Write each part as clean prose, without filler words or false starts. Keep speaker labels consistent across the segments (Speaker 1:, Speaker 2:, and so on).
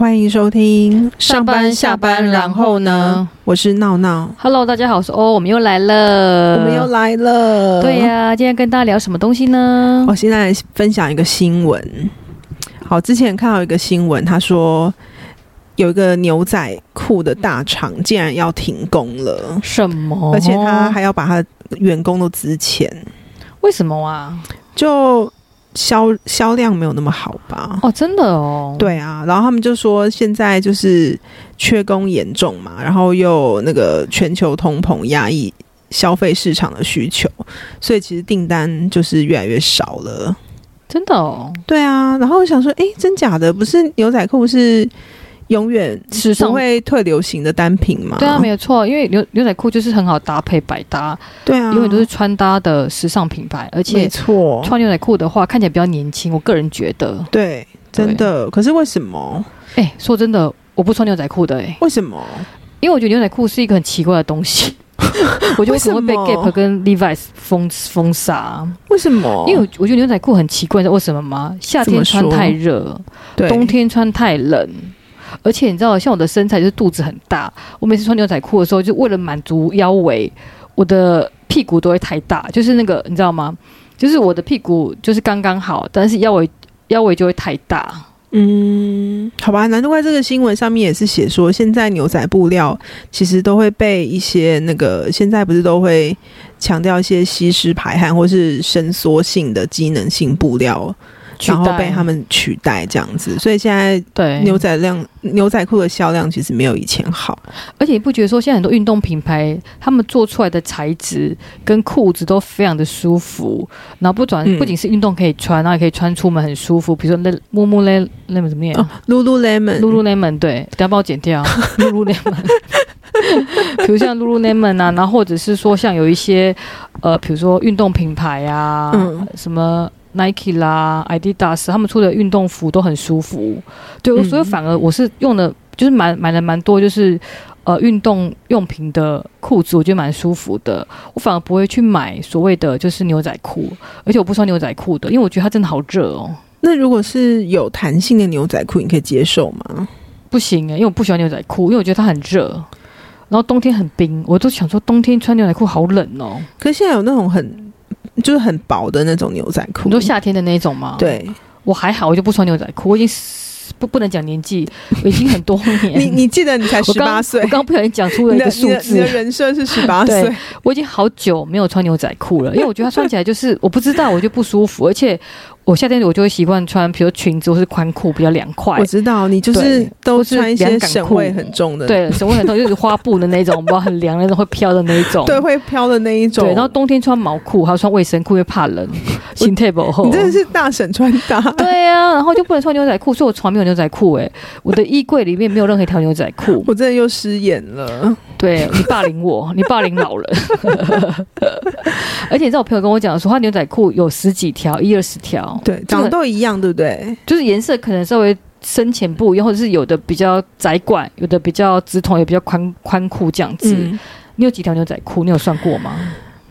Speaker 1: 欢迎收听
Speaker 2: 上班下班然后呢，
Speaker 1: 我是闹闹。
Speaker 2: Hello， 大家好，我是欧，我们又来了。对呀，今天跟大家聊什么东西呢？
Speaker 1: 我现在来分享一个新闻。好，之前看到一个新闻，他说有一个牛仔裤的大厂竟然要停工了。
Speaker 2: 什么？
Speaker 1: 而且他还要把他员工都资遣。
Speaker 2: 为什么啊？
Speaker 1: 就销量没有那么好吧？
Speaker 2: 哦，真的哦。
Speaker 1: 对啊，然后他们就说现在就是缺工严重嘛，然后又那个全球通膨压抑消费市场的需求，所以其实订单就是越来越少了。
Speaker 2: 真的哦。
Speaker 1: 对啊，然后我想说，真假的？不是牛仔裤是永远不会退流行的单品吗？
Speaker 2: 对啊，没有错，因为牛仔裤就是很好搭配百搭。对啊，永远都是穿搭的时尚品牌，而且
Speaker 1: 没错，
Speaker 2: 穿牛仔裤的话看起来比较年轻，我个人觉得。
Speaker 1: 对，真的。可是为什么？
Speaker 2: 说真的，我不穿牛仔裤的。
Speaker 1: 为什么？
Speaker 2: 因为我觉得牛仔裤是一个很奇怪的东西。我觉得我可能会被 Gap 跟 Levi's 封杀。
Speaker 1: 为什么？
Speaker 2: 因为我觉得牛仔裤很奇怪，你知道为什么吗？夏天穿太热，冬天穿太冷。而且你知道，像我的身材就是肚子很大，我每次穿牛仔裤的时候，就为了满足腰围，我的屁股都会太大，就是那个你知道吗？就是我的屁股就是刚刚好，但是腰围就会太大。
Speaker 1: 好吧，难怪这个新闻上面也是写说，现在牛仔布料其实都会被一些那个现在不是都会强调一些吸湿排汗或是伸缩性的机能性布料，然后被他们取代这样子，所以现在牛仔裤的销量其实没有以前好。
Speaker 2: 而且你不觉得说现在很多运动品牌他们做出来的材质跟裤子都非常的舒服，然后不仅是运动可以穿，然后也可以穿出门很舒服。比如说Lululemon 怎么念？Lululemon 对，等下帮我剪掉。Lululemon 比如像 Lululemon 啊，然后或者是说像有一些比如说运动品牌啊，什么Nike 啦 Adidas 他们出的运动服都很舒服。对，所以反而我是用的就是买了蛮多就是运动用品的裤子，我觉得蛮舒服的。我反而不会去买所谓的就是牛仔裤，而且我不穿牛仔裤的，因为我觉得它真的好热哦。
Speaker 1: 那如果是有弹性的牛仔裤你可以接受吗？
Speaker 2: 不行因为我不喜欢牛仔裤，因为我觉得它很热，然后冬天很冰，我都想说冬天穿牛仔裤好冷哦。可
Speaker 1: 是现在有那种就是很薄的那种牛仔裤。
Speaker 2: 你说夏天的那种吗？
Speaker 1: 对，
Speaker 2: 我还好，我就不穿牛仔裤。我已经不能讲年纪，我已经很多年。
Speaker 1: 你记得你才18岁？
Speaker 2: 我刚不小心讲出了一个数字。
Speaker 1: 你的人设是18岁。
Speaker 2: 对，我已经好久没有穿牛仔裤了，因为我觉得它穿起来就是我不知道，我就不舒服，而且我夏天我就会习惯穿，比如裙子或是宽裤比较凉快。
Speaker 1: 我知道你就是都穿一些省味很重的，
Speaker 2: 对，省味很重，就是花布的那种，不知道很凉那种会飘的那一种，
Speaker 1: 对，会飘的那一种。
Speaker 2: 对，然后冬天穿毛裤，还有穿卫生裤，因为怕冷，心态不好。
Speaker 1: 你真的是大省穿搭。
Speaker 2: 对啊，然后就不能穿牛仔裤，所以我从来没有牛仔裤。我的衣柜里面没有任何一条牛仔裤。
Speaker 1: 我真的又失言了。
Speaker 2: 对，你霸凌我，你霸凌老人。而且你知道我朋友跟我讲说，他牛仔裤有10几条，20条，
Speaker 1: 对，长得都一样，对不对？
Speaker 2: 就是颜色可能稍微深浅不一样，或者是有的比较窄管，有的比较直筒，有比较宽裤这样子。你有几条牛仔裤？你有算过吗？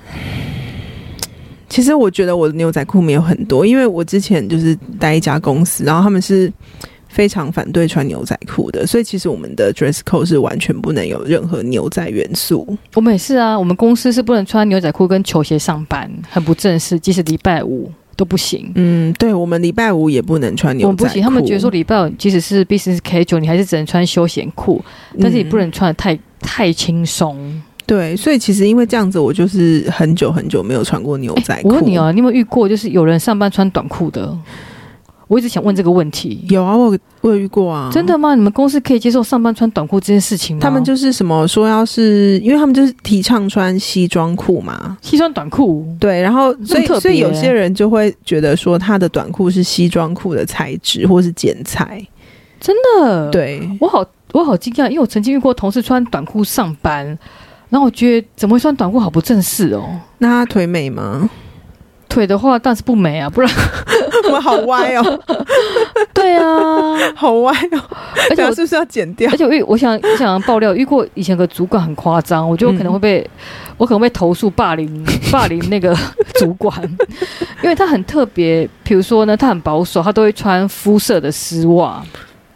Speaker 1: 其实我觉得我的牛仔裤没有很多，因为我之前就是待一家公司，然后他们是非常反对穿牛仔裤的，所以其实我们的 dress code 是完全不能有任何牛仔元素。
Speaker 2: 我们也是啊，我们公司是不能穿牛仔裤跟球鞋上班，很不正式，即使礼拜五都不行。
Speaker 1: 对，我们礼拜五也不能穿牛仔裤。我们不行，
Speaker 2: 他们觉得说礼拜五即使是 business casual， 你还是只能穿休闲裤，但是也不能穿得太轻松。
Speaker 1: 对，所以其实因为这样子，我就是很久很久没有穿过牛仔裤。
Speaker 2: 我问你啊，你有没有遇过就是有人上班穿短裤的？我一直想问这个问题。
Speaker 1: 有啊，我有遇过啊。
Speaker 2: 真的吗？你们公司可以接受上班穿短裤这件事情吗？
Speaker 1: 他们就是什么说，要是因为他们就是提倡穿西装裤嘛，
Speaker 2: 西装短裤。
Speaker 1: 对，然后所以有些人就会觉得说，他的短裤是西装裤的材质或是剪裁。
Speaker 2: 真的？
Speaker 1: 对，
Speaker 2: 我好惊讶，因为我曾经遇过同事穿短裤上班，然后我觉得怎么会穿短裤好不正式哦。
Speaker 1: 那他腿美吗？
Speaker 2: 腿的话当然是不美啊，不然
Speaker 1: 我好歪哦。
Speaker 2: 对啊，
Speaker 1: 好歪哦。而且我是不是要剪掉？
Speaker 2: 而且我想爆料，遇过以前有个主管很夸张，我觉得我可能会被投诉霸凌那个主管，因为他很特别。比如说呢，他很保守，他都会穿肤色的丝袜。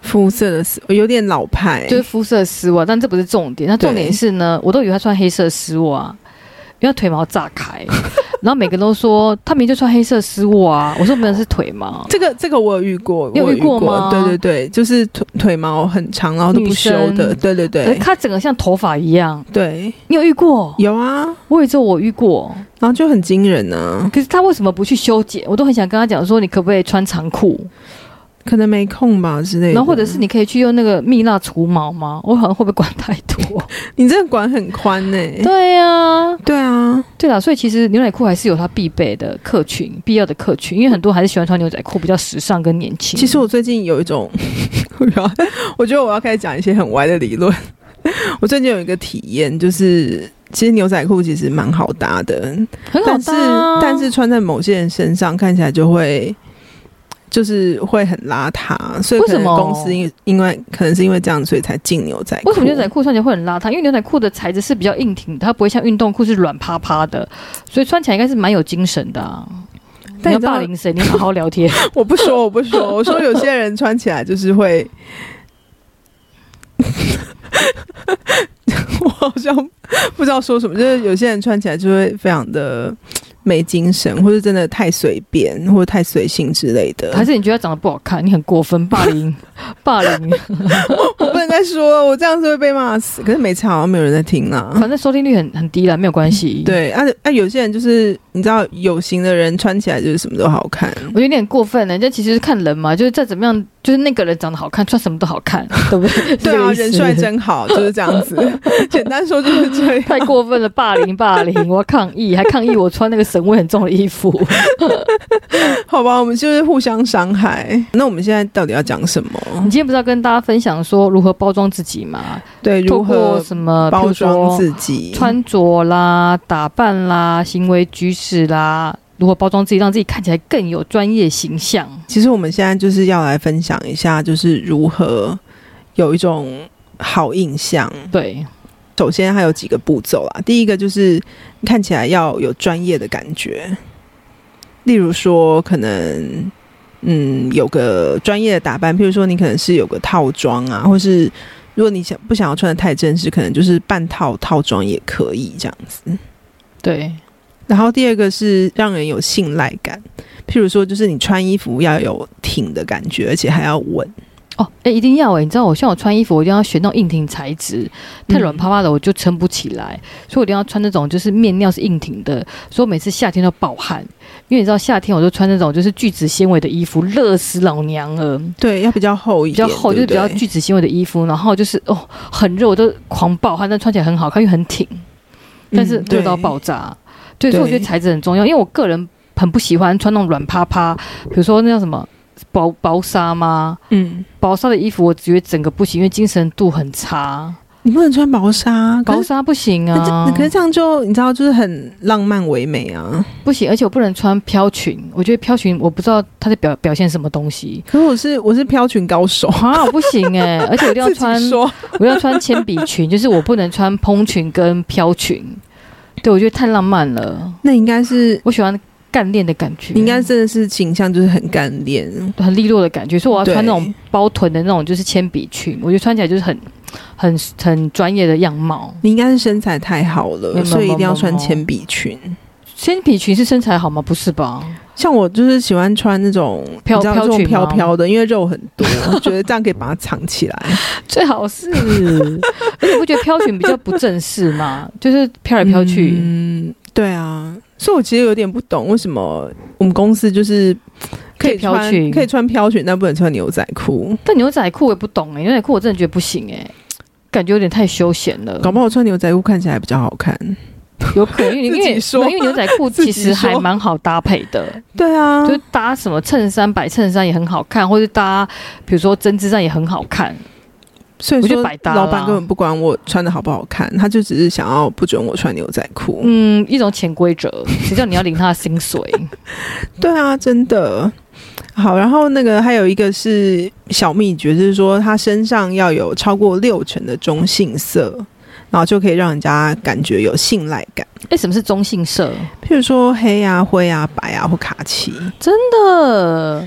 Speaker 1: 肤色的丝有点老派，
Speaker 2: 就是肤色丝袜，但这不是重点。那重点是呢，我都以为他穿黑色丝袜，因为他腿毛炸开，然后每个人都说他明明就穿黑色丝袜，我说没有是腿毛。
Speaker 1: 这个我有遇过，
Speaker 2: 你有遇过吗？
Speaker 1: 对对对，就是腿毛很长，然后都不修的，对对对，
Speaker 2: 他整个像头发一样。
Speaker 1: 对，
Speaker 2: 你有遇过？
Speaker 1: 有啊，
Speaker 2: 我也知道我遇过，
Speaker 1: 然后就很惊人啊。
Speaker 2: 可是他为什么不去修剪？我都很想跟他讲说，你可不可以穿长裤？
Speaker 1: 可能没空吧之类的，
Speaker 2: 然后或者是你可以去用那个蜜蜡除毛吗？我好像会不会管太多？
Speaker 1: 你这个管很宽欸。
Speaker 2: 对呀，
Speaker 1: 对啊，
Speaker 2: 对啦，所以其实牛仔裤还是有它必备的客群，必要的客群，因为很多还是喜欢穿牛仔裤，比较时尚跟年轻。
Speaker 1: 其实我最近有一种，我觉得我要开始讲一些很歪的理论。我最近有一个体验，就是其实牛仔裤其实蛮好搭的，
Speaker 2: 很好搭啊，
Speaker 1: 但是穿在某些人身上看起来就是会很邋遢，所以可能公司因为可能是因为这样，所以才进牛仔裤。
Speaker 2: 为什么牛仔裤穿起来会很邋遢？因为牛仔裤的材质是比较硬挺的，它不会像运动裤是软趴趴的，所以穿起来应该是蛮有精神的啊。但你要霸凌谁？你好好聊天。
Speaker 1: 我不说，我说有些人穿起来就是会。我好像不知道说什么，就是有些人穿起来就会非常的没精神，或者真的太随便或者太随性之类的。
Speaker 2: 还是你觉得他长得不好看？你很过分，霸凌霸凌。
Speaker 1: 我不能再说了，我这样子会被骂死。可是每次好像没有人在听啊，
Speaker 2: 反正收听率很低啦，没有关系。
Speaker 1: 对啊，有些人就是你知道，有型的人穿起来就是什么都好看。
Speaker 2: 我有点过分了，这其实是看人嘛，就是再怎么样，就是那个人长得好看，穿什么都好看，对不对？
Speaker 1: 对啊，人帅真好，就是这样子。简单说就是这样。
Speaker 2: 太过分了，霸凌，我要抗议，还抗议我穿那个神味很重的衣服。
Speaker 1: 好吧，我们就是互相伤害。那我们现在到底要讲什么？
Speaker 2: 你今天不是要跟大家分享说如何包装自己吗？
Speaker 1: 对，如何
Speaker 2: 什么
Speaker 1: 包装自己，
Speaker 2: 穿着啦、打扮啦、行为举止啦，如何包装自己，让自己看起来更有专业形象。
Speaker 1: 其实我们现在就是要来分享一下，就是如何有一种好印象。
Speaker 2: 对，
Speaker 1: 首先还有几个步骤啦。第一个就是看起来要有专业的感觉，例如说可能有个专业的打扮，譬如说你可能是有个套装啊，或是如果你不想要穿得太正式，可能就是半套装也可以这样子。对。然后第二个是让人有信赖感，譬如说就是你穿衣服要有挺的感觉，而且还要稳。
Speaker 2: 哦，一定要你知道我像我穿衣服，我一定要选那种硬挺材质，太软趴趴的我就撑不起来，所以我一定要穿那种就是面料是硬挺的，所以我每次夏天都暴汗，因为你知道夏天我就穿那种就是聚酯纤维的衣服，热死老娘了。对，要比较厚一点，比较厚，就是比较聚酯纤维的衣服，然后就是很热，我都狂暴汗，但穿起来很好看，又很挺，但是热到爆炸。对，所以我觉得材质很重要，因为我个人很不喜欢穿那种软趴趴，比如说那叫什么薄纱吗？薄纱的衣服我觉得整个不行，因为精神度很差。你不能穿薄纱，薄纱不行啊。可是这样就你知道，就是很浪漫唯美啊。不行，而且我不能穿飘裙，我觉得飘裙我不知道它在表现什么东西。可是我是飘裙高手啊，我不行而且我一定要穿，我要穿铅笔裙，就是我不能穿蓬裙跟飘裙。对，我觉得太浪漫了。那应该是我喜欢干练的感觉，你应该真的是形象就是很干练、很利落的感觉。所以我要穿那种包臀的那种，就是铅笔裙，我觉得穿起来就是很专业的样貌。你应该是身材太好了，所以一定要穿铅笔裙。铅笔裙是身材好吗？不是吧？像我就是喜欢穿那种飘裙飘飘的，因为肉很多，我觉得这样可以把它藏起来。最好是，而且你不觉得飘裙比较不正式吗？就是飘来飘去。对啊，所以我其实有点不懂为什么我们公司就是可以穿飘裙，但不能穿牛仔裤。但牛仔裤我也不懂牛仔裤我真的觉得不行感觉有点太休闲了。搞不好穿牛仔裤看起来比较好看。有可能，因为牛仔裤其实还蛮好搭配的。对啊，就搭什么衬衫、白衬衫也很好看，或者搭比如说针织衫也很好看。所以说，老板根本不管我穿的好不好看，他就只是想要不准我穿牛仔裤。一种潜规则，谁叫你要领他的薪水？对啊，真的。好，然后那个还有一个是小秘诀，就是说他身上要有超过60%的中性色。然后就可以让人家感觉有信赖感。什么是中性色？譬如说黑啊、灰啊、白啊或卡其。真的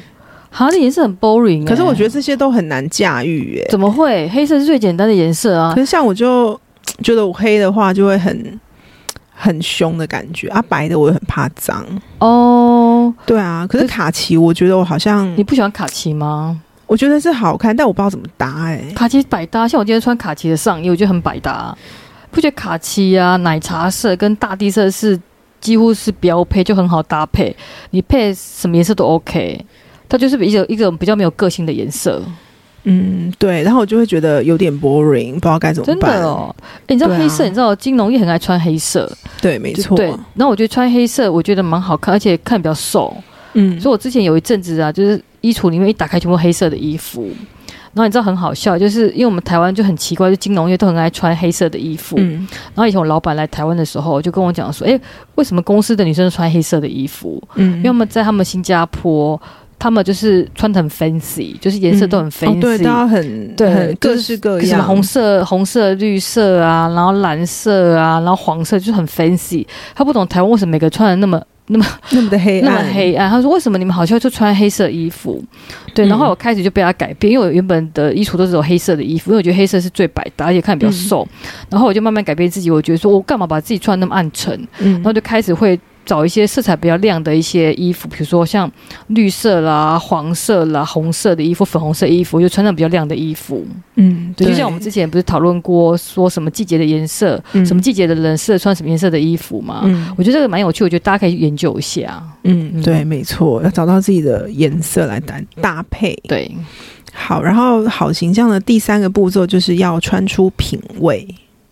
Speaker 2: 哈，这颜色很 boring，
Speaker 1: 可是我觉得这些都很难驾驭耶。
Speaker 2: 怎么会？黑色是最简单的颜色啊。
Speaker 1: 可是像我就觉得我黑的话就会很凶的感觉啊，白的我很怕脏。
Speaker 2: 哦，
Speaker 1: 对啊，可是卡其我觉得我好像
Speaker 2: 你不喜欢卡其吗？
Speaker 1: 我觉得是好看，但我不知道怎么搭
Speaker 2: 卡其百搭，像我今天穿卡其的上衣，我觉得很百搭。不觉得卡其啊、奶茶色跟大地色是几乎是标配，就很好搭配，你配什么颜色都 OK。它就是一种比较没有个性的颜色。
Speaker 1: 对，然后我就会觉得有点 boring， 不知道该怎么办。
Speaker 2: 真的哦，你知道黑色，你知道金融业很爱穿黑色，
Speaker 1: 对，没错。
Speaker 2: 对，然后我觉得穿黑色，我觉得蛮好看，而且看比较瘦。所以我之前有一阵子啊，就是衣橱里面一打开全部黑色的衣服，然后你知道很好笑，就是因为我们台湾就很奇怪，就金融业都很爱穿黑色的衣服。然后以前我老板来台湾的时候，就跟我讲说，为什么公司的女生都穿黑色的衣服？因为我们在他们新加坡。他们就是穿得很 fancy， 就是颜色都很 fancy，
Speaker 1: 对，都要很各式各样，
Speaker 2: 什么红色、绿色啊，然后蓝色啊，然后黄色，就是很 fancy。他不懂台湾为什么每个穿的那么
Speaker 1: 的黑暗，
Speaker 2: 那么黑暗。他说为什么你们好像就穿黑色衣服？对，然后我开始就被他改变，因为我原本的衣橱都是有黑色的衣服，因为我觉得黑色是最百搭，而且看比较瘦。然后我就慢慢改变自己，我觉得说我干嘛把自己穿那么暗沉？然后就开始会找一些色彩比较亮的一些衣服，比如说像绿色啦、黄色啦、红色的衣服、粉红色衣服，我就穿那种比较亮的衣服。对，就像我们之前不是讨论过，说什么季节的颜色，什么季节的人适合穿什么颜色的衣服嘛？我觉得这个蛮有趣，我觉得大家可以研究一下。
Speaker 1: 对，没错，要找到自己的颜色来搭配。
Speaker 2: 对，
Speaker 1: 好，然后好形象的第3个步骤就是要穿出品味。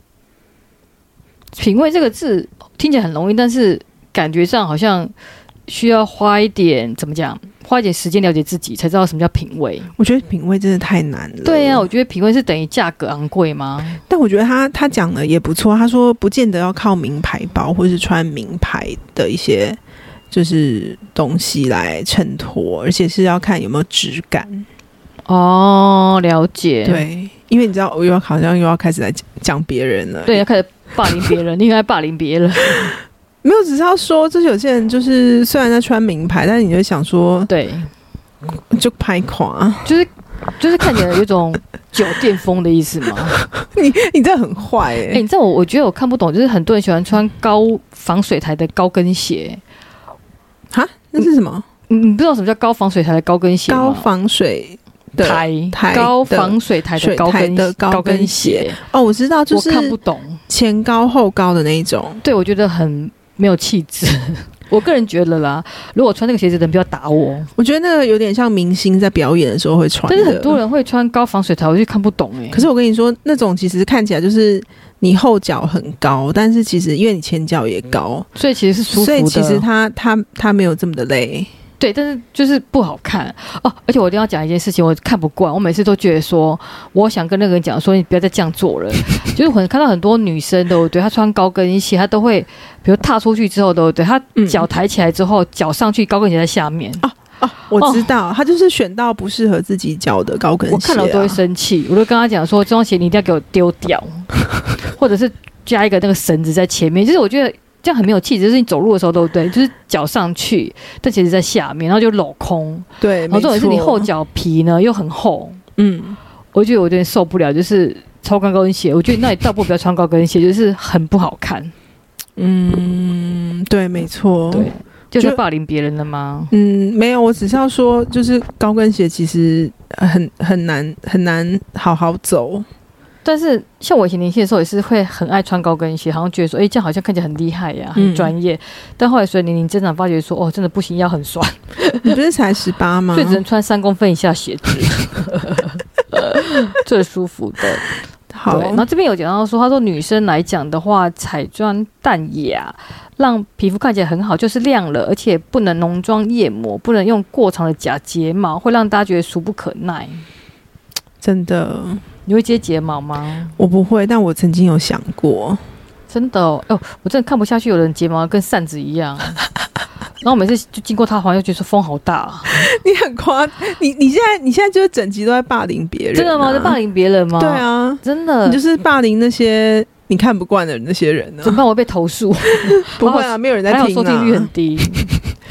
Speaker 2: 品味这个字听起来很容易，但是感觉上好像需要花一点时间了解自己，才知道什么叫品味。
Speaker 1: 我觉得品味真的太难了。
Speaker 2: 对啊，我觉得品味是等于价格昂贵吗？
Speaker 1: 但我觉得他讲的也不错，他说不见得要靠名牌包或是穿名牌的一些就是东西来衬托，而且是要看有没有质感。
Speaker 2: 哦，了解。
Speaker 1: 对，因为你知道我好像又要开始来讲别人了。
Speaker 2: 对，要开始霸凌别人，你应该霸凌别人。
Speaker 1: 没有，只是要说，就是有些人就是虽然在穿名牌，但是你就想说，
Speaker 2: 对，
Speaker 1: 就拍垮，
Speaker 2: 就是看起来有一种酒店风的意思吗？
Speaker 1: 你这很坏
Speaker 2: 你知道我觉得我看不懂，就是很多人喜欢穿高防水台的高跟鞋，
Speaker 1: 哈，那是什么？
Speaker 2: 你不知道什么叫高防水台的高跟鞋吗？
Speaker 1: 高防水台
Speaker 2: 高防水台的高跟鞋。
Speaker 1: 哦，我知道，就是
Speaker 2: 我看不懂
Speaker 1: 前高后高的那一种。
Speaker 2: 对，我觉得很没有气质。我个人觉得啦，如果穿那个鞋子的人不要打我。
Speaker 1: 我觉得那个有点像明星在表演的时候会穿的，
Speaker 2: 但是很多人会穿高防水台，我就看不懂
Speaker 1: 可是我跟你说，那种其实看起来就是你后脚很高，但是其实因为你前脚也高，
Speaker 2: 所以其实是舒服的。
Speaker 1: 所以其实它没有这么的累。
Speaker 2: 对，但是就是不好看哦。而且我一定要讲一件事情，我看不惯。我每次都觉得说，我想跟那个人讲说，你不要再这样做了。就是我看到很多女生，对不对？她穿高跟鞋，她都会，比如踏出去之后，对不对？她脚抬起来之后，脚上去，高跟鞋在下面。
Speaker 1: 我知道，她就是选到不适合自己脚的高跟鞋。
Speaker 2: 我看了我都会生气，我都跟她讲说，这双鞋你一定要给我丢掉，或者是加一个那个绳子在前面。就是我觉得。这样很没有气质，就是你走路的时候，对不对？就是脚上去，但其实在下面，然后就镂空。
Speaker 1: 对，
Speaker 2: 然后重点是你后脚皮呢又很厚。我觉得我有点受不了，就是超高跟鞋。我觉得那你倒不要穿高跟鞋，就是很不好看。
Speaker 1: 对，没错。
Speaker 2: 对，就是霸凌别人了吗？
Speaker 1: 没有，我只是要说，就是高跟鞋其实很难好好走。
Speaker 2: 但是像我以前年轻的时候也是会很爱穿高跟鞋，好像觉得说这样好像看起来很厉害呀，很专业。但后来随着年龄增长，发觉说真的不行，腰很酸。
Speaker 1: 你不是才18吗？
Speaker 2: 所以只能穿3公分以下鞋子，最舒服的。
Speaker 1: 好，
Speaker 2: 然后这边有讲到说，他说女生来讲的话，彩妆淡雅，让皮肤看起来很好，就是亮了，而且不能浓妆艳抹，不能用过长的假睫毛，会让大家觉得俗不可耐。
Speaker 1: 真的。
Speaker 2: 你会接睫毛吗？
Speaker 1: 我不会，但我曾经有想过。
Speaker 2: 真的我真的看不下去，有人睫毛跟扇子一样。然后我每次就经过他，好像就觉得说风好大。
Speaker 1: 你很夸，你现在就是整集都在霸凌别人。
Speaker 2: 真的吗？在霸凌别人吗？
Speaker 1: 对啊，
Speaker 2: 真的，
Speaker 1: 你就是霸凌那些你看不惯的那些人呢。
Speaker 2: 怎么办？我被投诉？
Speaker 1: 不会啊，没有人在听啊。
Speaker 2: 还有收听率很低。因为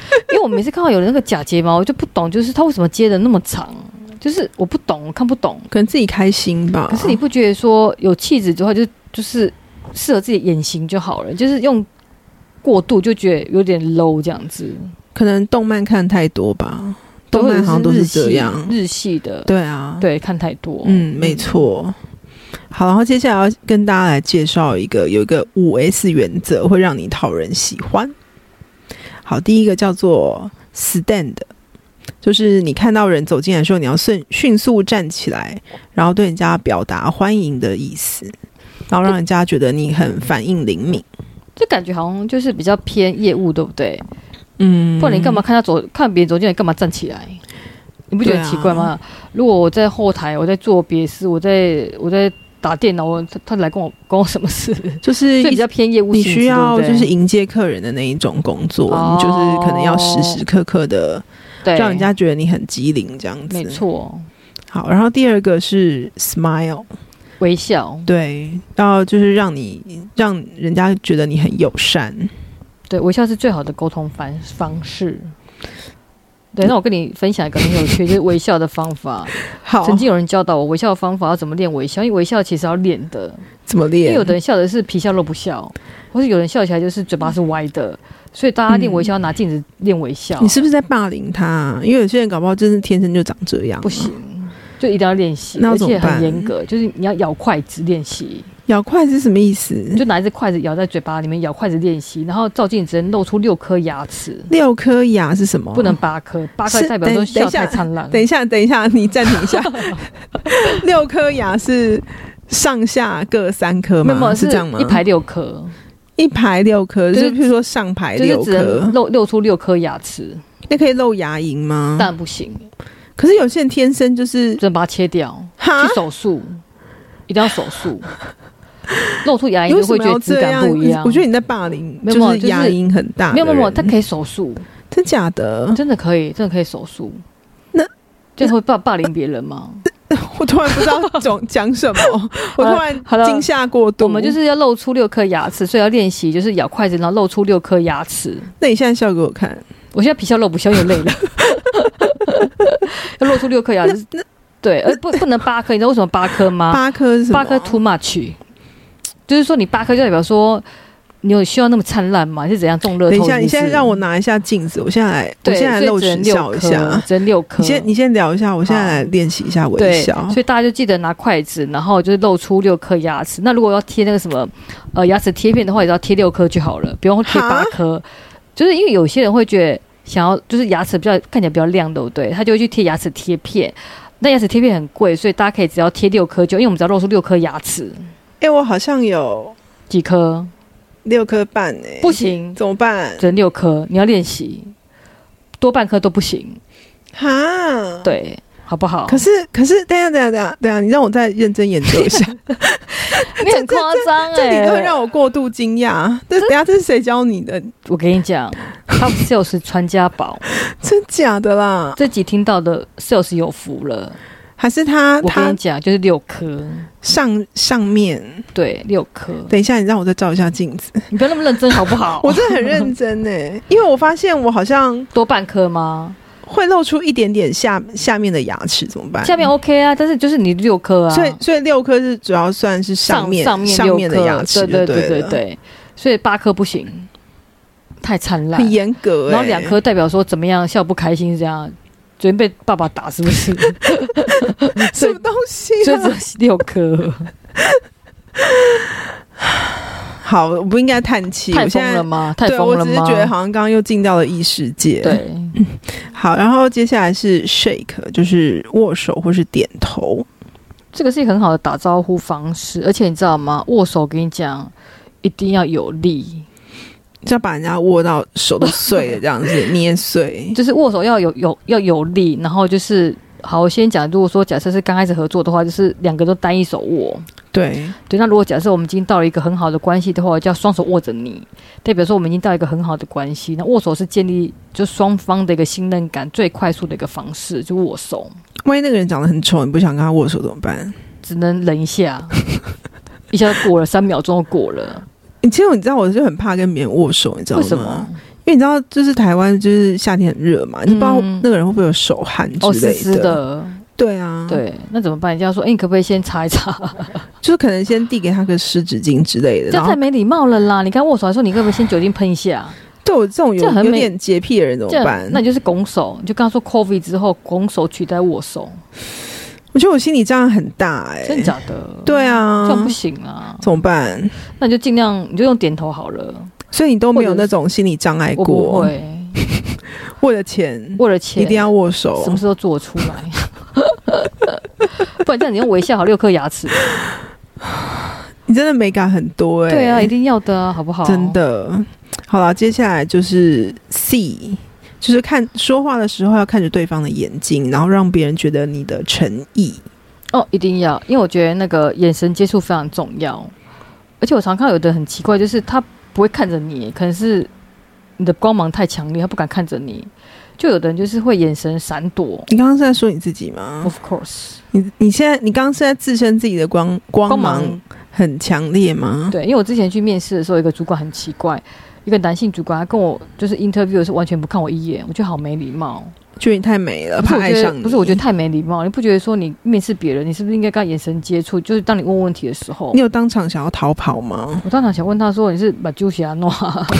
Speaker 2: 我每次看到有人那个假睫毛，我就不懂，就是他为什么接的那么长，就是我不懂，我看不懂，
Speaker 1: 可能自己开心吧。
Speaker 2: 可是你不觉得说有气质之后就是适合自己眼型就好了，就是用过度就觉得有点 low 这样子。
Speaker 1: 可能动漫看太多吧，动漫好像都是这样，
Speaker 2: 日系的，
Speaker 1: 对啊，
Speaker 2: 对，看太多，
Speaker 1: 没错。好，然后接下来要跟大家来介绍有一个5S 原则，会让你讨人喜欢。好，第一个叫做 stand， 就是你看到人走进来的时候，你要迅速站起来，然后对人家表达欢迎的意思，然后让人家觉得你很反应灵敏。
Speaker 2: 这感觉好像就是比较偏业务，对不对？不然你干嘛看别人走进来，干嘛站起来？你不觉得很奇怪吗？如果我在后台，我在做别事，我在打电脑，他来跟我什么事？就是比较偏业务性质，
Speaker 1: 你需要就是迎接客人的那一种工作，你就是可能要时时刻刻的让人家觉得你很机灵这样子。
Speaker 2: 没错。
Speaker 1: 好，然后第二个是 smile，
Speaker 2: 微笑，
Speaker 1: 对，然后就是让人家觉得你很友善。
Speaker 2: 对，微笑是最好的沟通方式。对，那我跟你分享一个很有趣，就是微笑的方法。好，曾经有人教导我微笑的方法要怎么练微笑，因为微笑其实要练的。
Speaker 1: 怎么练？
Speaker 2: 因为有的人笑的是皮笑肉不笑，或是有人笑起来就是嘴巴是歪的，所以大家练微笑拿镜子练微笑。
Speaker 1: 你是不是在霸凌他？因为有些人搞不好真是天生就长这样。
Speaker 2: 不行，就一定要练习，而且很严格，就是你要咬筷子练习。
Speaker 1: 咬筷子是什么意思？
Speaker 2: 你就拿一只筷子咬在嘴巴里面，咬筷子练习，然后照镜子只能露出6颗牙齿。
Speaker 1: 6颗牙是什么？
Speaker 2: 不能8颗，8颗代表说笑太灿烂。
Speaker 1: 等一下，你暂停一下。6颗牙是上下各3颗吗？
Speaker 2: 没有，
Speaker 1: 是这样吗？
Speaker 2: 一排6颗，
Speaker 1: 一排6颗，就是譬如说上排6颗，
Speaker 2: 就是只能露出6颗牙齿。
Speaker 1: 那可以露牙龈吗？
Speaker 2: 当然不行。
Speaker 1: 可是有些人天生就是
Speaker 2: 只能把它切掉，去手术，一定要手术。露出牙龈就会觉得质感不一样。
Speaker 1: 我觉得你在霸凌，就是牙龈很大。
Speaker 2: 没有，它可以手术。
Speaker 1: 真假的？
Speaker 2: 真的可以手术。那这会霸凌别人吗？
Speaker 1: 我突然不知道讲什么，我突然惊吓过度。
Speaker 2: 我们就是要露出6颗牙齿，所以要练习，就是咬筷子，然后露出6颗牙齿。
Speaker 1: 那你现在笑给我看。
Speaker 2: 我现在皮笑肉不笑，有累了。要露出6颗牙齿，对，不能8颗。你知道为什么8颗吗
Speaker 1: ？8颗是什么
Speaker 2: ？8颗 too much。就是说你8颗就代表说你有需要那么灿烂吗？是怎样中乐透？
Speaker 1: 等一下，你现在让我拿一下镜子，我现在来露齿笑一下，
Speaker 2: 只能6颗。
Speaker 1: 你先聊一下，我现在来练习一下微笑。
Speaker 2: 所以大家就记得拿筷子，然后就是露出6颗牙齿。那如果要贴那个什么牙齿贴片的话，也要贴6颗就好了，不用贴8颗。就是因为有些人会觉得想要就是牙齿看起来比较亮，对不对？他就会去贴牙齿贴片。那牙齿贴片很贵，所以大家可以只要贴6颗就，因为我们只要露出6颗牙齿。
Speaker 1: 我好像有
Speaker 2: 几颗
Speaker 1: ，6颗半
Speaker 2: 不行，
Speaker 1: 怎么办？
Speaker 2: 只能6颗，你要练习，多半颗都不行。
Speaker 1: 哈，
Speaker 2: 对，好不好？
Speaker 1: 可是，等一下，你让我再认真研究一下。
Speaker 2: 你很夸张
Speaker 1: 这理论让我过度惊讶。等一下，这是谁教你的？
Speaker 2: 我跟你讲，Top Sales 传家宝，
Speaker 1: 真假的啦？
Speaker 2: 这集听到的 Sales 有福了。
Speaker 1: 还是他？
Speaker 2: 我跟你讲，就是6颗
Speaker 1: 上面，
Speaker 2: 对，6颗。
Speaker 1: 等一下，你让我再照一下镜子。
Speaker 2: 你不要那么认真好不好？
Speaker 1: 我真的很认真耶，因为我发现我好像
Speaker 2: 多半颗吗？
Speaker 1: 会露出一点点下面的牙齿，怎么办？
Speaker 2: 下面 OK 啊，但是就是你6颗啊，
Speaker 1: 所以6颗是主要算是上面的牙齿，
Speaker 2: 对，所以8颗不行，太灿烂，
Speaker 1: 很严格。
Speaker 2: 然后2颗代表说怎么样笑不开心是这样。昨天被爸爸打是不是？
Speaker 1: 什么东西啊？
Speaker 2: 就只6颗。
Speaker 1: 好，我不应该叹气。
Speaker 2: 太疯了吗？太疯了吗？
Speaker 1: 对，我只是觉得好像刚刚又进到了异世界。
Speaker 2: 对，
Speaker 1: 好，然后接下来是 shake， 就是握手或是点头。
Speaker 2: 这个是一个很好的打招呼方式，而且你知道吗？握手跟你讲一定要有力。
Speaker 1: 就要把人家握到手都碎了，这样子捏碎，
Speaker 2: 就是握手要有力，然后就是好，我先讲，如果说假设是刚开始合作的话，就是2个都单一手握，
Speaker 1: 对，
Speaker 2: 那如果假设我们已经到了一个很好的关系的话，就要双手握着你，代表说我们已经到一个很好的关系。那握手是建立就双方的一个信任感最快速的一个方式，就握手。
Speaker 1: 万一那个人长得很丑，你不想跟他握手怎么办？
Speaker 2: 只能忍一下，一下就过了，3秒钟就过了。
Speaker 1: 其实你知道，我就很怕跟别人握手，你知道吗？为什么？ 因为你知道，就是台湾就是夏天很热嘛，你就不知道那个人会不会有手汗之类的。
Speaker 2: 湿湿的。
Speaker 1: 对啊，
Speaker 2: 对，那怎么办？人家说，你可不可以先擦一擦？
Speaker 1: 就是可能先递给他个湿纸巾之类的。
Speaker 2: 这太没礼貌了啦！你刚握手还说你可不可以先酒精喷一下？
Speaker 1: 对我这种有点洁癖的人怎么办？
Speaker 2: 那你就是拱手，你就跟他说 COVID 之后拱手取代握手。
Speaker 1: 我觉得我心理障碍很大
Speaker 2: 真的假的？
Speaker 1: 对啊，
Speaker 2: 这样不行啊！
Speaker 1: 怎么办？
Speaker 2: 那你就尽量，你就用点头好了。所
Speaker 1: 以你都没有那种心理障碍过？
Speaker 2: 我不会。
Speaker 1: 为了钱一定要握手，
Speaker 2: 什么事都做出来。不然这样你用微笑好6颗牙齿。
Speaker 1: 你真的美感很多
Speaker 2: 对啊，一定要的啊，好不好？
Speaker 1: 真的。好了，接下来就是 C， 就是说话的时候要看着对方的眼睛，然后让别人觉得你的诚意。
Speaker 2: 一定要，因为我觉得那个眼神接触非常重要。而且我常看到有的很奇怪，就是他不会看着你，可能是你的光芒太强烈，他不敢看着你。就有的人就是会眼神闪躲。你
Speaker 1: 刚刚是在说你自己吗？
Speaker 2: Of course。
Speaker 1: 你刚刚是在自称自己的光芒很强烈吗？
Speaker 2: 对，因为我之前去面试的时候，有一个主管很奇怪，一个男性主管，他跟我就是 interview 的时候完全不看我一眼，我觉得好没礼貌。
Speaker 1: 觉得你太美了，怕爱上你。
Speaker 2: 不是，我觉得太没礼貌。你不觉得说你面试别人，你是不是应该跟他眼神接触？就是当你问问题的时候，
Speaker 1: 你有当场想要逃跑吗？
Speaker 2: 我当场想问他说：“你是把揪起来弄？”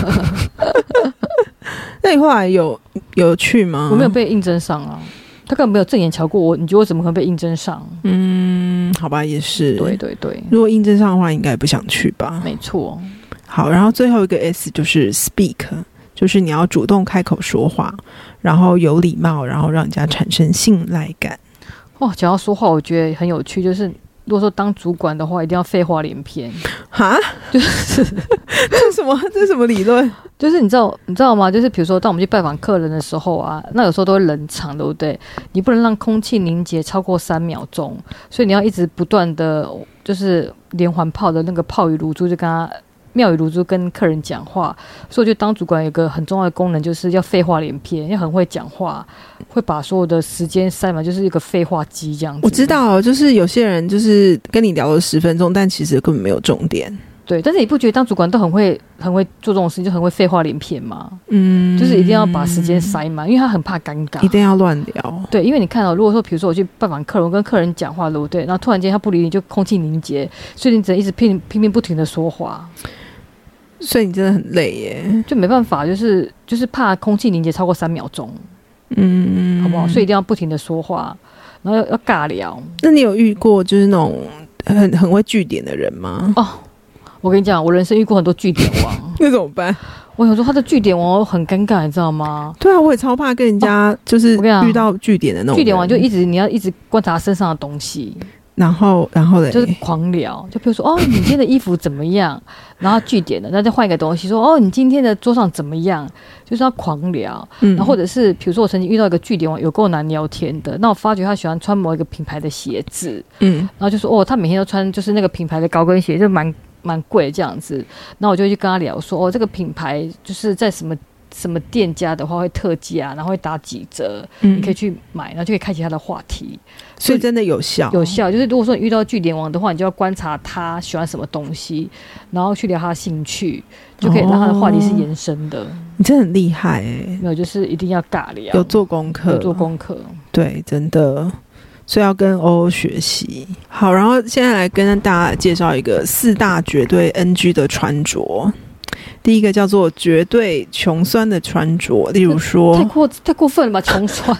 Speaker 1: 那你后来有去吗？
Speaker 2: 我没有被应征上啊，他根本没有正眼瞧过我，你觉得我怎么可能被应征上？
Speaker 1: 好吧，也是。
Speaker 2: 对对对，
Speaker 1: 如果应征上的话，应该也不想去吧？
Speaker 2: 没错。
Speaker 1: 好，然后最后一个 S 就是 speak， 就是你要主动开口说话，然后有礼貌，然后让人家产生信赖感。
Speaker 2: 讲到说话，我觉得很有趣，就是如果说当主管的话，一定要废话连篇。哈，就是
Speaker 1: 这是什么理论？
Speaker 2: 就是你知道吗？就是比如说，当我们去拜访客人的时候啊，那有时候都会冷场，对不对？你不能让空气凝结超过3秒钟，所以你要一直不断的，就是连环炮的那个炮语如珠，就跟他妙语如珠跟客人讲话。所以我觉得当主管有一个很重要的功能，就是要废话连篇，要很会讲话，会把所有的时间塞满，就是一个废话机这样子。
Speaker 1: 我知道，就是有些人就是跟你聊了10分钟，但其实根本没有重点。
Speaker 2: 对，但是你不觉得当主管都很会做这种事情，就很会废话连篇吗？就是一定要把时间塞满，因为他很怕尴尬，
Speaker 1: 一定要乱聊。对，
Speaker 2: 因为你看到，如果说比如说我去拜访客人，我跟客人讲话，对不对？然后突然间他不理你，就空气凝结，所以你只能一直拼命不停的说话。
Speaker 1: 所以你真的很累耶，
Speaker 2: 就没办法，就是怕空气凝结超过3秒钟，好不好？所以一定要不停的说话，然后要尬聊。
Speaker 1: 那你有遇过就是那种很会句点的人吗？
Speaker 2: 我跟你讲，我人生遇过很多句点王，
Speaker 1: 那怎么办？
Speaker 2: 我想说他的句点王很尴尬，你知道吗？
Speaker 1: 对啊，我也超怕跟人家就是遇到句点的那种人。
Speaker 2: 句点王就你要一直观察他身上的东西。
Speaker 1: 然后嘞，
Speaker 2: 就是狂聊，就比如说你今天的衣服怎么样，然后句点的，那再换一个东西说你今天的桌上怎么样，就是要狂聊。然后或者是比如说我曾经遇到一个句点王，有够难聊天的，那我发觉他喜欢穿某一个品牌的鞋子，然后就说他每天都穿就是那个品牌的高跟鞋，就蛮贵这样子，然后我就去跟他聊说这个品牌就是在什么店家的话会特价，然后会打几折，你可以去买，然后就可以开启他的话题。
Speaker 1: 所以真的有效，
Speaker 2: 就是如果说你遇到句点王的话，你就要观察他喜欢什么东西，然后去聊他的兴趣，就可以让他的话题是延伸的。
Speaker 1: 你真的很厉害
Speaker 2: 没有，就是一定要尬聊，
Speaker 1: 有做功课，对，真的。所以要跟欧学习。好，然后现在来跟大家介绍一个4大绝对 NG 的穿着。第一个叫做绝对穷酸的穿着，例如说
Speaker 2: 太过分了吧，穷酸。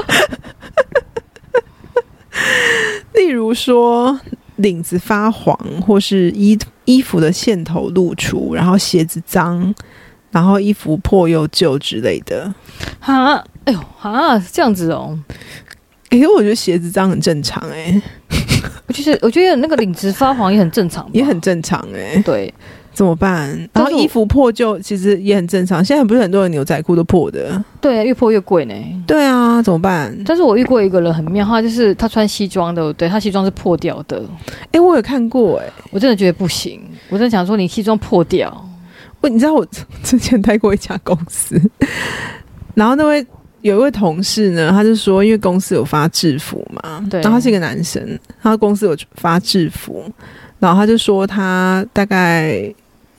Speaker 1: 例如说领子发黄，或是衣服的线头露出，然后鞋子脏，然后衣服破又旧之类的。
Speaker 2: 这样子哦。
Speaker 1: 我觉得鞋子脏很正常
Speaker 2: 我觉得那个领子发黄也很正常吧，
Speaker 1: 也很正常
Speaker 2: 对。
Speaker 1: 怎么办？然后衣服破旧其实也很正常，现在不是很多人牛仔裤都破的。
Speaker 2: 对，越破越贵呢。对
Speaker 1: 啊，怎么办？
Speaker 2: 但是我遇过一个人很妙，他就是他穿西装的，对，他西装是破掉的。
Speaker 1: 我有看过
Speaker 2: 我真的觉得不行。我真的想说你西装破掉。
Speaker 1: 你知道我之前待过一家公司，然后有一位同事呢，他就说因为公司有发制服嘛，对，然后他是一个男生，他公司有发制服，然后他就说他大概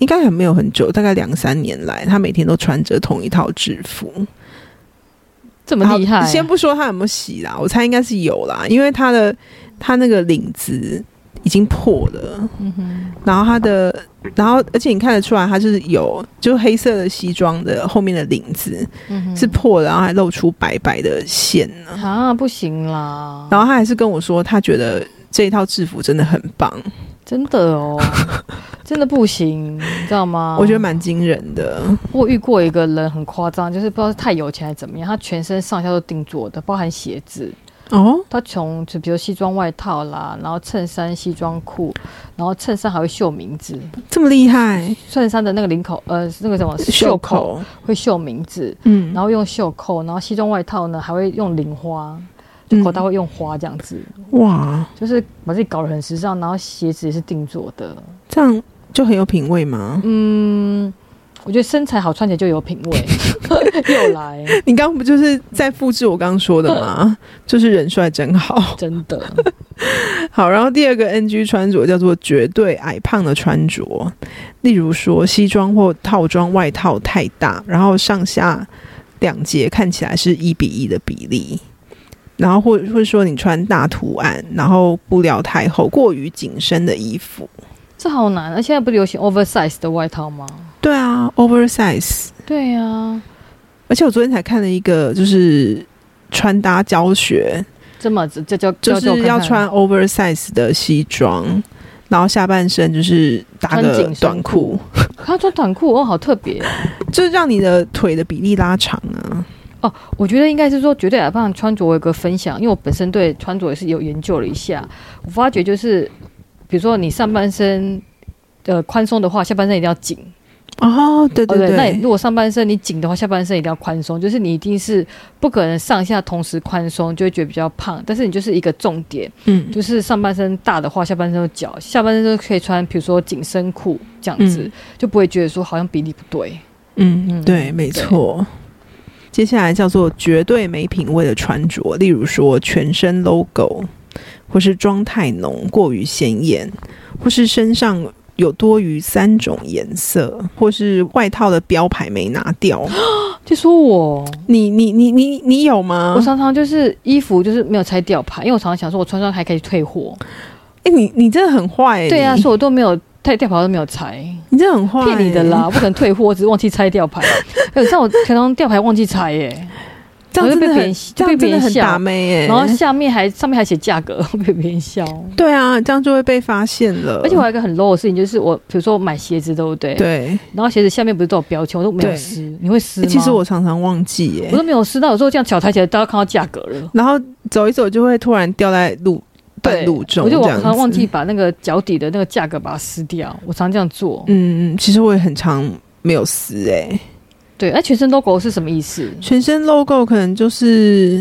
Speaker 1: 应该还没有很久，大概2-3年来，他每天都穿着同一套制服。
Speaker 2: 这么厉害？
Speaker 1: 先不说他有没有洗啦，我猜应该是有啦，因为他那个领子已经破了，然后而且你看得出来，他就黑色的西装的后面的领子是破了，然后还露出白白的线呢。
Speaker 2: 啊，不行啦！
Speaker 1: 然后他还是跟我说，他觉得这一套制服真的很棒。
Speaker 2: 真的哦，真的不行，你知道吗？
Speaker 1: 我觉得蛮惊人的。
Speaker 2: 我遇过一个人很夸张，就是不知道是太有钱还是怎么样，他全身上下都定做的，包含鞋子。
Speaker 1: 哦，
Speaker 2: 他就比如西装外套啦，然后衬衫、西装裤，然后衬衫还会绣名字，
Speaker 1: 这么厉害！
Speaker 2: 衬衫的那个领口，那个什么
Speaker 1: 袖口
Speaker 2: 会绣名字，然后用袖扣，然后西装外套呢还会用领花。口袋会用花这样子，
Speaker 1: 哇，
Speaker 2: 就是把自己搞得很时尚，然后鞋子也是定做的，
Speaker 1: 这样就很有品味吗？
Speaker 2: 我觉得身材好穿起来就有品味。又来，
Speaker 1: 你刚刚不就是在复制我刚刚说的吗？就是人帅真好，
Speaker 2: 真的
Speaker 1: 好。然后第二个 NG 穿着叫做绝对矮胖的穿着，例如说西装或套装外套太大，然后上下两截看起来是1:1的比例。然后或者说你穿大图案，然后布料太厚过于紧身的衣服，
Speaker 2: 这好难。现在不是流行 oversize 的外套吗？
Speaker 1: 对啊 oversize，
Speaker 2: 对啊。
Speaker 1: 而且我昨天才看了一个就是穿搭教学，就是要穿 oversize 的西装，然后下半身就是搭个短裤。
Speaker 2: 他穿短裤哦，好特别，
Speaker 1: 就是让你的腿的比例拉长啊。
Speaker 2: 哦，我觉得应该是说绝对矮胖穿着我有个分享，因为我本身对穿着也是有研究了一下，我发觉就是比如说你上半身宽松的话，下半身一定要紧。
Speaker 1: 哦，对对 对，
Speaker 2: 那你如果上半身你紧的话，下半身一定要宽松，就是你一定是不可能上下同时宽松，就会觉得比较胖。但是你就是一个重点，就是上半身大的话，下半身有脚，下半身就可以穿，比如说紧身裤这样子，就不会觉得说好像比例不对。
Speaker 1: 对，没错。接下来叫做绝对没品味的穿着，例如说全身 logo， 或是妆太浓过于显眼，或是身上有多于3种颜色，或是外套的标牌没拿掉。
Speaker 2: 就说我
Speaker 1: 你有吗？
Speaker 2: 我常常就是衣服就是没有拆吊牌，因为我常常想说我穿还可以退货。
Speaker 1: 你真的很坏。
Speaker 2: 对啊，所以我都没有吊牌都没有拆。
Speaker 1: 你真的很坏。
Speaker 2: 骗你的啦，不可能退货，我只是忘记拆吊牌。像我常常吊牌忘记拆耶，
Speaker 1: 这样真的
Speaker 2: 被别人
Speaker 1: 很打妹耶。
Speaker 2: 然后上面还写价格，被别人笑。
Speaker 1: 对啊，这样就会被发现了。
Speaker 2: 而且我还有一个很 low 的事情，就是我比如说我买鞋子，对不对？
Speaker 1: 对。然
Speaker 2: 后鞋子下面不是都有标签，我都没有撕。你会撕吗？
Speaker 1: 其实我常常忘记耶，
Speaker 2: 我都没有撕。到有时候这样脚抬起来，大家看到价格了，
Speaker 1: 然后走一走就会突然掉在半路中。
Speaker 2: 我就常常忘记把那个脚底的那个价格把它撕掉，我常这样做。
Speaker 1: 其实我也很常没有撕耶。
Speaker 2: 对，全身 logo 是什么意思？
Speaker 1: 全身 logo 可能就是，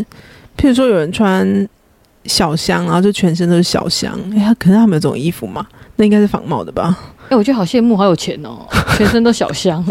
Speaker 1: 譬如说有人穿小香，然后就全身都是小香。可能他们有这种衣服嘛？那应该是仿冒的吧？
Speaker 2: 我觉得好羡慕，好有钱哦，全身都小香。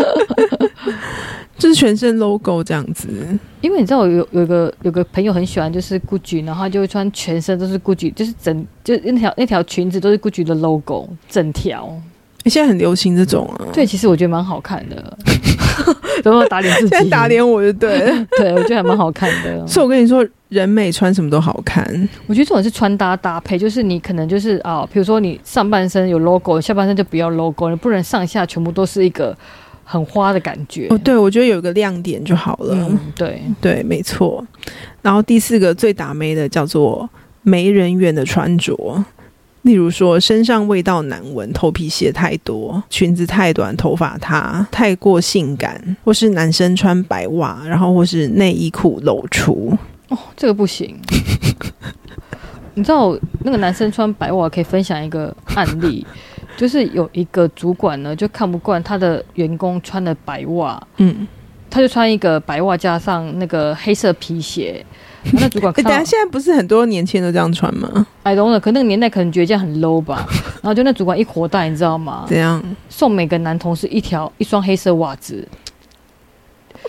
Speaker 1: 就是全身 logo 这样子。
Speaker 2: 因为你知道我有个朋友很喜欢就是 Gucci， 然后他就会穿全身都是 Gucci， 就是那条裙子都是 Gucci 的 logo， 整条。
Speaker 1: 现在很流行这种啊。
Speaker 2: 对，其实我觉得蛮好看的。有没有打脸自己？
Speaker 1: 现在打脸我就对了。
Speaker 2: 对，我觉得还蛮好看的。
Speaker 1: 所以我跟你说，人美穿什么都好看。
Speaker 2: 我觉得这种是穿搭搭配，就是你可能就是比如说你上半身有 logo， 下半身就不要 logo， 你不能上下全部都是一个很花的感觉。
Speaker 1: 对，我觉得有一个亮点就好了。对，没错。然后第4个最打妹的叫做没人缘的穿着。例如说身上味道难闻，头皮屑太多，裙子太短，头发太过性感，或是男生穿白袜，然后或是内衣裤露出。
Speaker 2: 这个不行。你知道那个男生穿白袜，可以分享一个案例，就是有一个主管呢就看不惯他的员工穿的白袜，他就穿一个白袜加上那个黑色皮鞋。那主管看到
Speaker 1: 等一下，现在不是很多年轻人都这样穿吗？
Speaker 2: I don't know， 可那个年代可能觉得这样很 low 吧。然后就那主管一活带，你知道吗？
Speaker 1: 怎样？
Speaker 2: 送每个男同事一双黑色袜子。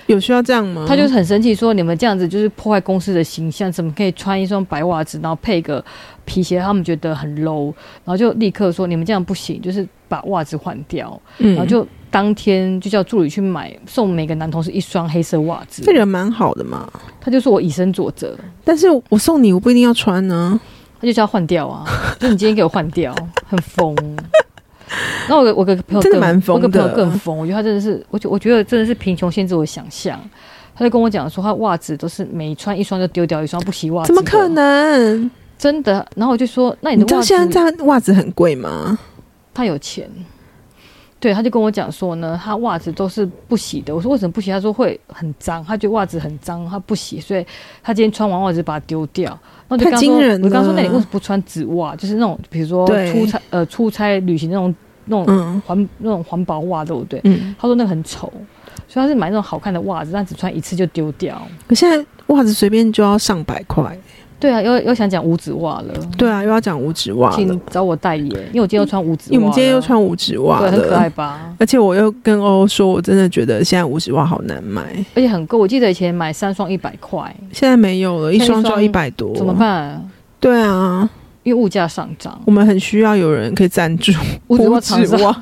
Speaker 1: 有需要这样吗？
Speaker 2: 他就是很生气，说你们这样子就是破坏公司的形象，怎么可以穿一双白袜子，然后配个皮鞋，他们觉得很 low， 然后就立刻说你们这样不行，就是把袜子换掉，然后就当天就叫助理去买，送每个男同事一双黑色袜子。
Speaker 1: 这人蛮好的嘛，
Speaker 2: 他就说我以身作则，
Speaker 1: 但是我送你，我不一定要穿呢。
Speaker 2: 他就叫他换掉啊，就你今天给我换掉，很疯。然后我个朋友
Speaker 1: 真的蛮疯的，
Speaker 2: 我个朋友更疯，我觉得他真的是，我觉得真的是贫穷限制我想象。他就跟我讲说，他袜子都是每穿一双就丢掉一双，不洗袜子。
Speaker 1: 怎么可能？
Speaker 2: 真的？然后我就说，那你的袜子，
Speaker 1: 你知道现在这样袜子很贵吗？
Speaker 2: 他有钱。对，他就跟我讲说呢，他袜子都是不洗的。我说为什么不洗？他说会很脏，他觉得袜子很脏，他不洗，所以他今天穿完袜子把它丢掉。然后就
Speaker 1: 太惊人了！
Speaker 2: 我刚说，那你为什么不穿纸袜？就是那种比如说出差旅行那种环保袜，对不对？他说那个很丑，所以他是买那种好看的袜子，但只穿一次就丢掉。
Speaker 1: 可现在袜子随便就要上100块。
Speaker 2: 对啊，又想讲无指袜了。
Speaker 1: 对啊，又要讲无指袜了。
Speaker 2: 请找我代言，因为我今天又穿无指袜。
Speaker 1: 因为我们今天又穿无指袜了，
Speaker 2: 对，很可爱吧？
Speaker 1: 而且我又跟欧欧说，我真的觉得现在无指袜好难买，
Speaker 2: 而且很贵。我记得以前买3双100块，
Speaker 1: 现在没有了，一双就要100多，
Speaker 2: 怎么办？
Speaker 1: 对啊，
Speaker 2: 因为物价上涨，
Speaker 1: 我们很需要有人可以赞助
Speaker 2: 无指袜。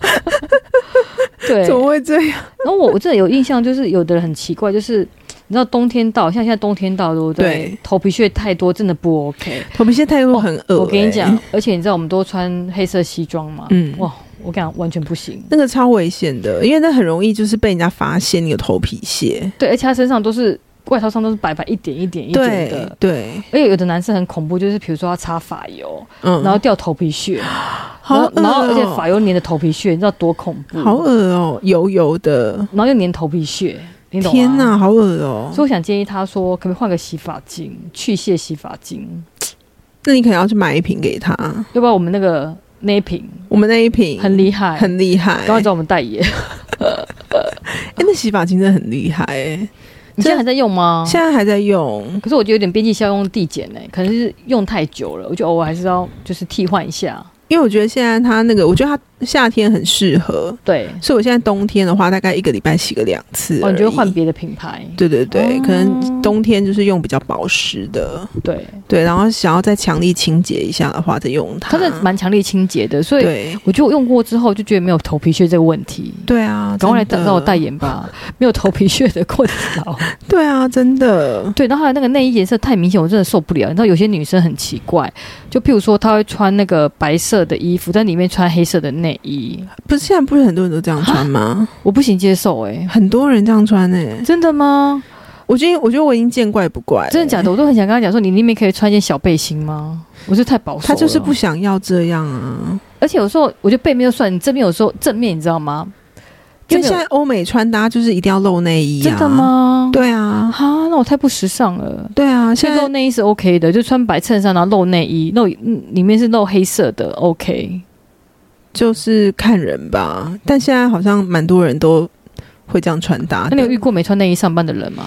Speaker 2: 对，
Speaker 1: 怎么会这样？
Speaker 2: 然后我真的有印象，就是有的人很奇怪，就是你知道冬天到，像现在冬天到，对不对？
Speaker 1: 对，
Speaker 2: 头皮屑太多，真的不 OK。
Speaker 1: 头皮屑太多很恶、
Speaker 2: 我跟你讲，而且你知道我们都穿黑色西装嘛，哇，我跟你讲完全不行，
Speaker 1: 那个超危险的，因为那很容易就是被人家发现你有头皮屑。
Speaker 2: 对，而且他身上都是。外套上都是白白一点一点一点的，
Speaker 1: 对，
Speaker 2: 而且有的男生很恐怖，就是比如说他擦发油，然后掉头皮屑，然后而且发油粘的头皮屑，你知道多恐怖？
Speaker 1: 好恶哦，油油的，
Speaker 2: 然后又粘头皮屑，你懂吗？
Speaker 1: 天哪，好恶哦！
Speaker 2: 所以我想建议他说，可不可以换个洗发精，去屑洗发精？
Speaker 1: 那你可能要去买一瓶给他，
Speaker 2: 要不然我们那一瓶，
Speaker 1: 我们那一瓶
Speaker 2: 很厉害，
Speaker 1: 很厉害，
Speaker 2: 赶快找我们代言。
Speaker 1: 那洗发精真的很厉害哎。
Speaker 2: 你现在还在用吗？
Speaker 1: 现在还在用，
Speaker 2: 可是我觉得有点边际效用递减欸，可能是用太久了，我觉得偶尔还是要就是替换一下。
Speaker 1: 因为我觉得现在它那个，我觉得它夏天很适合，
Speaker 2: 对，
Speaker 1: 所以我现在冬天的话，大概1个礼拜洗个2次。
Speaker 2: 哦，你就换别的品牌？
Speaker 1: 对对对，可能冬天就是用比较保湿的，
Speaker 2: 对
Speaker 1: 对，然后想要再强力清洁一下的话，再用它。
Speaker 2: 它是蛮强力清洁的，所以我觉得我用过之后就觉得没有头皮屑这个问题。
Speaker 1: 对啊，
Speaker 2: 赶快来找我代言吧，没有头皮屑的困扰。
Speaker 1: 对啊，真的。
Speaker 2: 对，然后还有那个内衣颜色太明显，我真的受不了。你知道有些女生很奇怪，就譬如说她会穿那个白色的衣服，但里面穿黑色的内衣。
Speaker 1: 不是现在不是很多人都这样穿吗？
Speaker 2: 我不行接受
Speaker 1: 很多人这样穿
Speaker 2: 真的吗？
Speaker 1: 我觉得我已经见怪不怪
Speaker 2: 真的假的？我都很想跟他讲说，你里面可以穿一件小背心吗？我是太保守了，
Speaker 1: 他就是不想要这样啊。
Speaker 2: 而且有时候我觉得背面就算，你正面有时候正面你知道吗？
Speaker 1: 因为现在欧美穿搭就是一定要露内衣啊。
Speaker 2: 真的吗？
Speaker 1: 对啊。
Speaker 2: 哈，那我太不时尚了。
Speaker 1: 对啊，
Speaker 2: 现在露内衣是 OK 的，就穿白衬衫然后露内衣，里面是露黑色的 OK。
Speaker 1: 就是看人吧，但现在好像蛮多人都会这样穿搭的。
Speaker 2: 那你有遇过没穿内衣上班的人吗？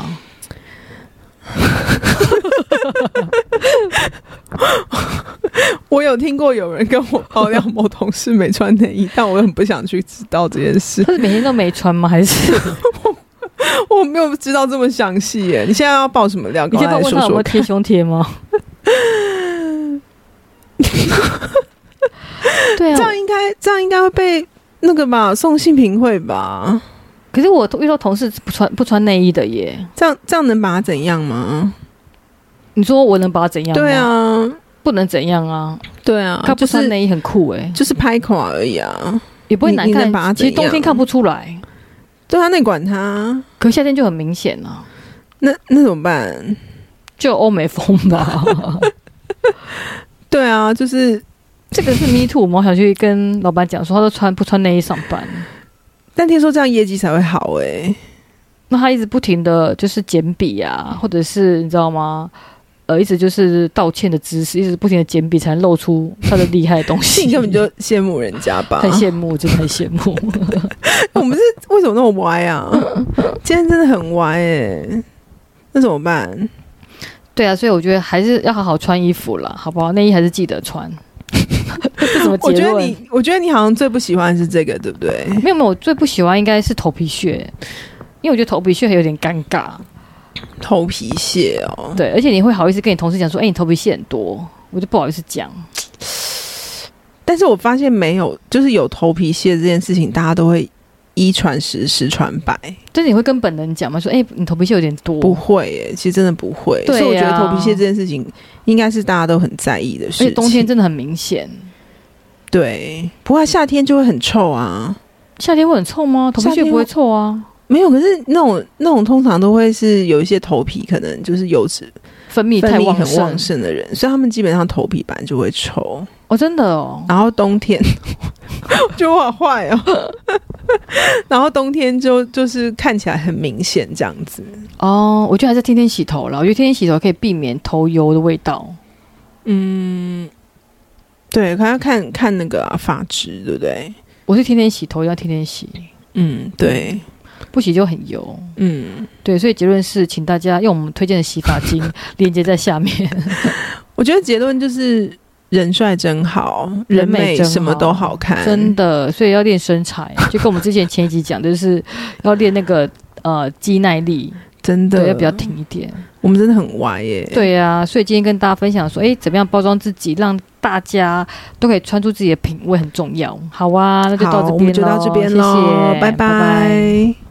Speaker 1: 我有听过有人跟我爆料某同事没穿内衣，但我很不想去知道这件事。
Speaker 2: 他是每天都没穿吗？还是
Speaker 1: 我没有知道这么详细耶？你现在要爆什么料？
Speaker 2: 你先问他有没有贴胸贴吗？对啊，
Speaker 1: 这样应该会被那个吧送性平会吧？
Speaker 2: 可是我遇到同事不穿内衣的耶，
Speaker 1: 这样能把他怎样吗？
Speaker 2: 你说我能把他怎样吗？
Speaker 1: 对啊，
Speaker 2: 不能怎样啊？对啊，他不穿内衣很酷
Speaker 1: 就是拍垮而已啊，
Speaker 2: 也不会难看。
Speaker 1: 把他
Speaker 2: 其实冬天看不出来。
Speaker 1: 对啊，那你管他？
Speaker 2: 可夏天就很明显啊。
Speaker 1: 那怎么办？
Speaker 2: 就欧美风吧。
Speaker 1: 对啊，就是
Speaker 2: 这个是 me too， 我想去跟老板讲说，他都不穿内衣上班。
Speaker 1: 但听说这样业绩才会好
Speaker 2: 那他一直不停的就是捡笔啊，或者是你知道吗？一直就是道歉的姿势，一直不停的捡笔，才能露出他的厉害的东西。
Speaker 1: 你根本就羡慕人家吧？
Speaker 2: 很羡慕，真的很羡慕。
Speaker 1: 我们是为什么那么歪啊？今天真的很歪那怎么办？
Speaker 2: 对啊，所以我觉得还是要好好穿衣服啦，好不好？内衣还是记得穿。这什么结论？
Speaker 1: 我觉得你好像最不喜欢是这个，对不对？
Speaker 2: 没有，我最不喜欢应该是头皮屑。 因为我觉得头皮屑有点尴尬。
Speaker 1: 头皮屑哦，
Speaker 2: 对，而且你会好意思跟你同事讲说，你头皮屑很多，我就不好意思讲。
Speaker 1: 但是我发现没有，就是有头皮屑这件事情，大家都会一传十，十传百。
Speaker 2: 就是你会跟本人讲吗？说，你头皮屑有点多。不
Speaker 1: 会耶，其实真的不会。
Speaker 2: 对啊，
Speaker 1: 所以我觉得头皮屑这件事情，应该是大家都很在意的事情。
Speaker 2: 而且冬天真的很明显。
Speaker 1: 对，不过夏天就会很臭啊。
Speaker 2: 夏天会很臭吗？头皮屑不会臭啊。
Speaker 1: 没有，可是那种通常都会是有一些头皮可能就是油脂
Speaker 2: 分泌
Speaker 1: 很旺盛的人，所以他们基本上头皮本来就会臭。
Speaker 2: 哦，真的哦。
Speaker 1: 然后冬天我觉得我好坏哦。然后冬天就是看起来很明显这样子。
Speaker 2: 哦，我觉得还是天天洗头了。我觉得天天洗头可以避免头油的味道。
Speaker 1: 对，可能要看那个发质，对不对？
Speaker 2: 我是天天洗头，要天天洗。
Speaker 1: 对。
Speaker 2: 不洗就很油。对，所以结论是请大家用我们推荐的洗发精连接在下面。
Speaker 1: 我觉得结论就是人帅真好，人美什么都好看，
Speaker 2: 真的。所以要练身材，就跟我们之前前一集讲，就是要练那个肌耐力，真的要比较挺一点。
Speaker 1: 我们真的很歪耶。
Speaker 2: 对啊，所以今天跟大家分享说，怎么样包装自己，让大家都可以穿出自己的品味很重要。好啊，那就到这边咯，
Speaker 1: 我们就到这边咯，
Speaker 2: 谢谢，
Speaker 1: 拜拜。